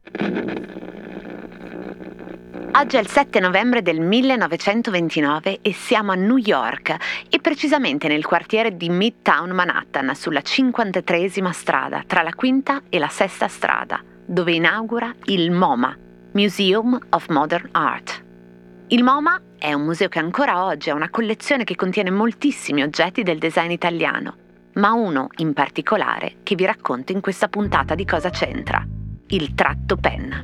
Oggi è il 7 novembre del 1929 e siamo a New York e precisamente nel quartiere di Midtown Manhattan, sulla 53esima strada tra la quinta e la sesta strada, dove inaugura il MoMA, Museum of Modern Art. Il MoMA è un museo che ancora oggi ha una collezione che contiene moltissimi oggetti del design italiano, ma uno in particolare che vi racconto in questa puntata di Cosa c'entra: il tratto penna.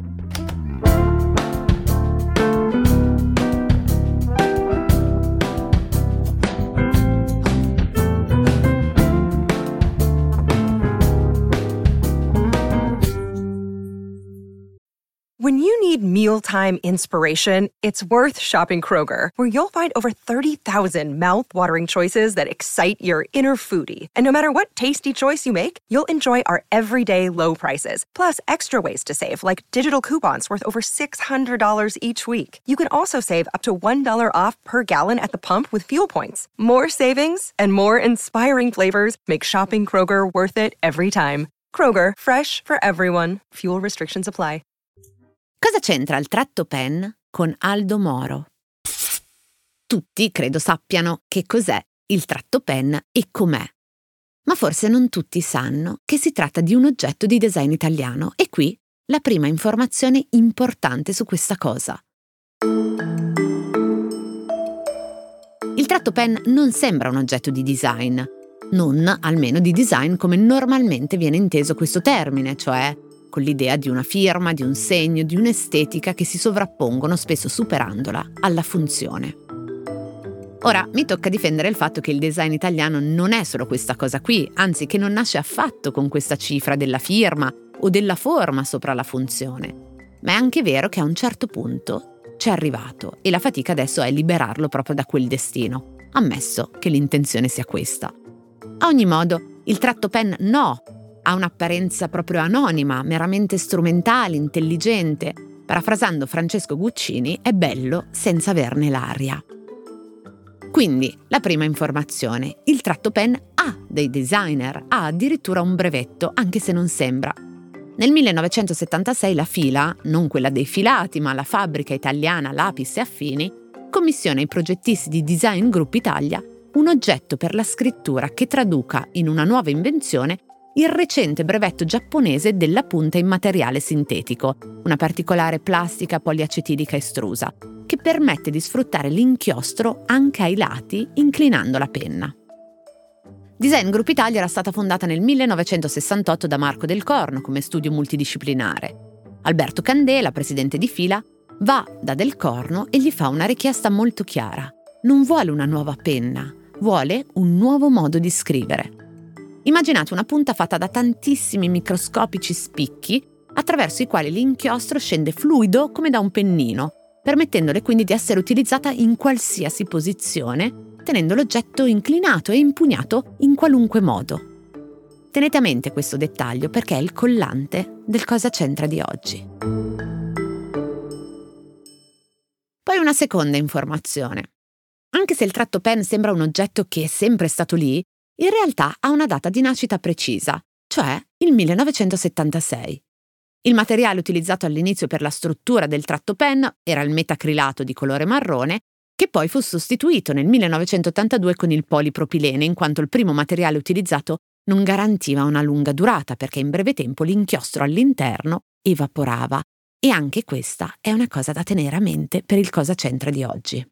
When you need mealtime inspiration, it's worth shopping Kroger, where you'll find over 30,000 mouth-watering choices that excite your inner foodie. And no matter what tasty choice you make, you'll enjoy our everyday low prices, plus extra ways to save, like digital coupons worth over $600 each week. You can also save up to $1 off per gallon at the pump with fuel points. More savings and more inspiring flavors make shopping Kroger worth it every time. Kroger, fresh for everyone. Fuel restrictions apply. Cosa c'entra il tratto pen con Aldo Moro? Tutti credo sappiano che cos'è il tratto pen e com'è. Ma forse non tutti sanno che si tratta di un oggetto di design italiano e qui la prima informazione importante su questa cosa. Il tratto pen non sembra un oggetto di design, non almeno di design come normalmente viene inteso questo termine, cioè con l'idea di una firma, di un segno, di un'estetica che si sovrappongono, spesso superandola, alla funzione. Ora, mi tocca difendere il fatto che il design italiano non è solo questa cosa qui, anzi che non nasce affatto con questa cifra della firma o della forma sopra la funzione. Ma è anche vero che a un certo punto c'è arrivato e la fatica adesso è liberarlo proprio da quel destino, ammesso che l'intenzione sia questa. A ogni modo, il tratto pen ha un'apparenza proprio anonima, meramente strumentale, intelligente. Parafrasando Francesco Guccini, è bello senza averne l'aria. Quindi, la prima informazione, il tratto pen ha dei designer, ha addirittura un brevetto, anche se non sembra. Nel 1976 la FILA, non quella dei filati, ma la fabbrica italiana Lapis e Affini, commissiona ai progettisti di Design Group Italia un oggetto per la scrittura che traduca in una nuova invenzione il recente brevetto giapponese della punta in materiale sintetico, una particolare plastica poliacetilica estrusa, che permette di sfruttare l'inchiostro anche ai lati inclinando la penna. Design Group Italia era stata fondata nel 1968 da Marco Del Corno come studio multidisciplinare. Alberto Candela, presidente di FILA, va da Del Corno e gli fa una richiesta molto chiara. Non vuole una nuova penna, vuole un nuovo modo di scrivere. Immaginate una punta fatta da tantissimi microscopici spicchi attraverso i quali l'inchiostro scende fluido come da un pennino, permettendole quindi di essere utilizzata in qualsiasi posizione, tenendo l'oggetto inclinato e impugnato in qualunque modo. Tenete a mente questo dettaglio perché è il collante del Cosa c'entra di oggi. Poi una seconda informazione. Anche se il tratto pen sembra un oggetto che è sempre stato lì, in realtà ha una data di nascita precisa, cioè il 1976. Il materiale utilizzato all'inizio per la struttura del tratto pen era il metacrilato di colore marrone, che poi fu sostituito nel 1982 con il polipropilene, in quanto il primo materiale utilizzato non garantiva una lunga durata perché in breve tempo l'inchiostro all'interno evaporava. E anche questa è una cosa da tenere a mente per il Cosa c'entra di oggi.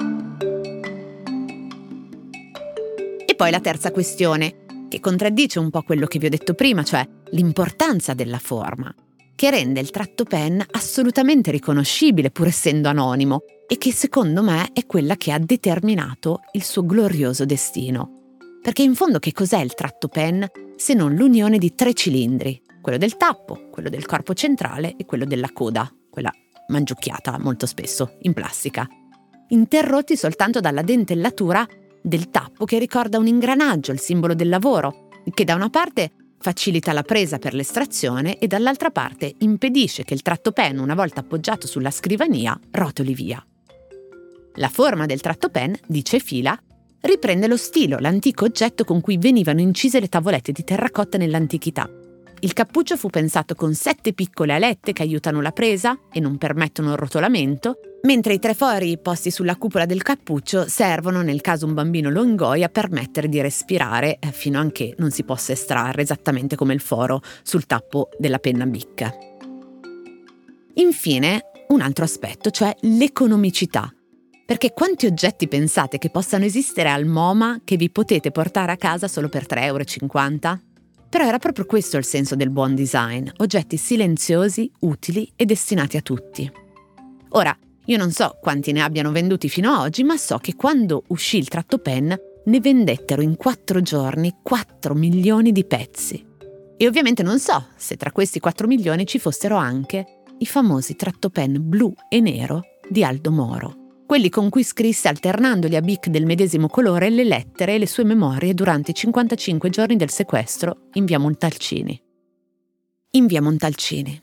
Poi la terza questione, che contraddice un po' quello che vi ho detto prima, cioè l'importanza della forma, che rende il tratto pen assolutamente riconoscibile pur essendo anonimo e che secondo me è quella che ha determinato il suo glorioso destino. Perché in fondo che cos'è il tratto pen se non l'unione di 3 cilindri, quello del tappo, quello del corpo centrale e quello della coda, quella mangiucchiata molto spesso in plastica, interrotti soltanto dalla dentellatura del tappo che ricorda un ingranaggio, il simbolo del lavoro, che da una parte facilita la presa per l'estrazione e dall'altra parte impedisce che il tratto pen, una volta appoggiato sulla scrivania, rotoli via. La forma del tratto pen, dice Fila, riprende lo stilo, l'antico oggetto con cui venivano incise le tavolette di terracotta nell'antichità, Il cappuccio fu pensato con 7 piccole alette che aiutano la presa e non permettono il rotolamento, mentre i 3 fori posti sulla cupola del cappuccio servono, nel caso un bambino lo ingoia, a permettere di respirare fino a che non si possa estrarre, esattamente come il foro sul tappo della penna Bic. Infine, un altro aspetto, cioè l'economicità. Perché quanti oggetti pensate che possano esistere al MoMA che vi potete portare a casa solo per 3,50 €? Però era proprio questo il senso del buon design, oggetti silenziosi, utili e destinati a tutti. Ora, io non so quanti ne abbiano venduti fino ad oggi, ma so che quando uscì il tratto pen ne vendettero in 4 giorni 4 milioni di pezzi. E ovviamente non so se tra questi 4 milioni ci fossero anche i famosi tratto pen blu e nero di Aldo Moro, quelli con cui scrisse, alternandoli a Bic del medesimo colore, le lettere e le sue memorie durante i 55 giorni del sequestro in via Montalcini. In via Montalcini.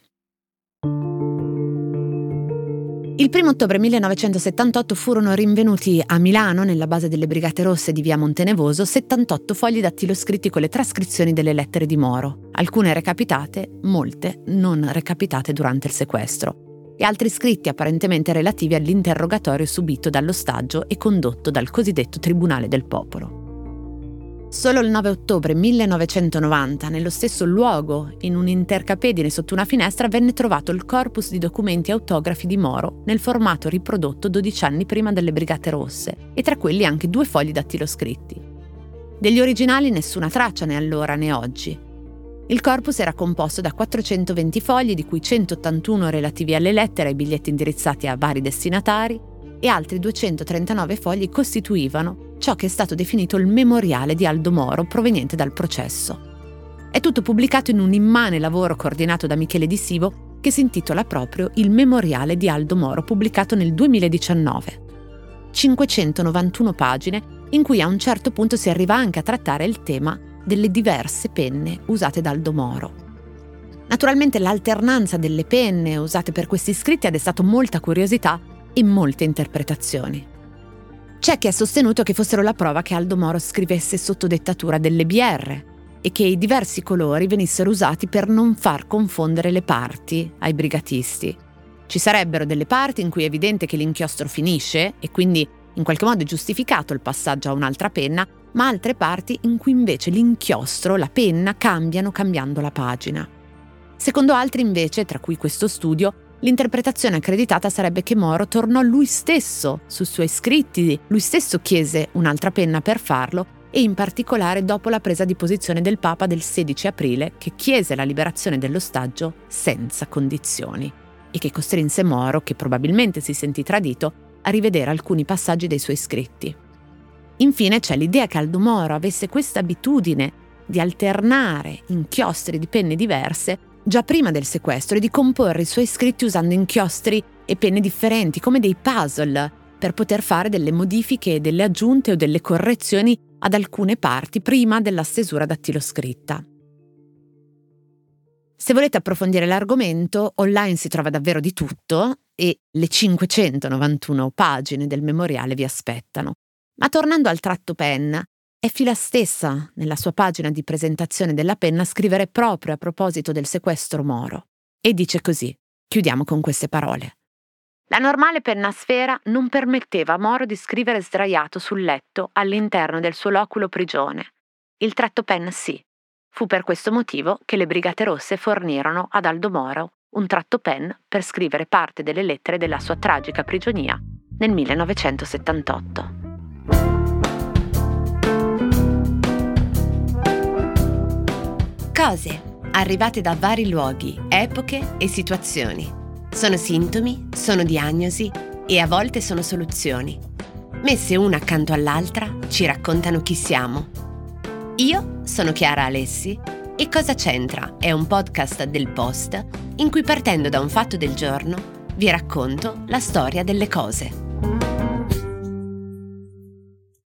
Il 1 ottobre 1978 furono rinvenuti a Milano, nella base delle Brigate Rosse di via Montenevoso, 78 fogli dattiloscritti con le trascrizioni delle lettere di Moro, alcune recapitate, molte non recapitate durante il sequestro, e altri scritti apparentemente relativi all'interrogatorio subito dall'ostaggio e condotto dal cosiddetto Tribunale del Popolo. Solo il 9 ottobre 1990, nello stesso luogo, in un intercapedine sotto una finestra, venne trovato il corpus di documenti autografi di Moro nel formato riprodotto 12 anni prima delle Brigate Rosse, e tra quelli anche 2 fogli dattiloscritti. Degli originali nessuna traccia né allora né oggi. Il corpus era composto da 420 fogli, di cui 181 relativi alle lettere e ai biglietti indirizzati a vari destinatari, e altri 239 fogli costituivano ciò che è stato definito il memoriale di Aldo Moro proveniente dal processo. È tutto pubblicato in un immane lavoro coordinato da Michele Di Sivo che si intitola proprio Il memoriale di Aldo Moro, pubblicato nel 2019. 591 pagine in cui a un certo punto si arriva anche a trattare il tema delle diverse penne usate da Aldo Moro. Naturalmente l'alternanza delle penne usate per questi scritti ha destato molta curiosità e molte interpretazioni. C'è chi ha sostenuto che fossero la prova che Aldo Moro scrivesse sotto dettatura delle BR e che i diversi colori venissero usati per non far confondere le parti ai brigatisti. Ci sarebbero delle parti in cui è evidente che l'inchiostro finisce e quindi in qualche modo è giustificato il passaggio a un'altra penna, ma altre parti in cui invece l'inchiostro, la penna, cambiano cambiando la pagina. Secondo altri invece, tra cui questo studio, l'interpretazione accreditata sarebbe che Moro tornò lui stesso sui suoi scritti, lui stesso chiese un'altra penna per farlo, e in particolare dopo la presa di posizione del Papa del 16 aprile, che chiese la liberazione dell'ostaggio senza condizioni e che costrinse Moro, che probabilmente si sentì tradito, a rivedere alcuni passaggi dei suoi scritti. Infine c'è l'idea che Aldo Moro avesse questa abitudine di alternare inchiostri di penne diverse già prima del sequestro e di comporre i suoi scritti usando inchiostri e penne differenti, come dei puzzle, per poter fare delle modifiche, delle aggiunte o delle correzioni ad alcune parti prima della stesura dattiloscritta. Se volete approfondire l'argomento, online si trova davvero di tutto e le 591 pagine del memoriale vi aspettano. Ma tornando al tratto pen, è Fila stessa, nella sua pagina di presentazione della penna, a scrivere proprio a proposito del sequestro Moro. E dice così, chiudiamo con queste parole. La normale penna a sfera non permetteva a Moro di scrivere sdraiato sul letto all'interno del suo loculo prigione. Il tratto pen sì. Fu per questo motivo che le Brigate Rosse fornirono ad Aldo Moro un tratto pen per scrivere parte delle lettere della sua tragica prigionia nel 1978. Cose arrivate da vari luoghi, epoche e situazioni. Sono sintomi, sono diagnosi e a volte sono soluzioni. Messe una accanto all'altra ci raccontano chi siamo. Io sono Chiara Alessi e Cosa c'entra è un podcast del Post in cui, partendo da un fatto del giorno, vi racconto la storia delle cose.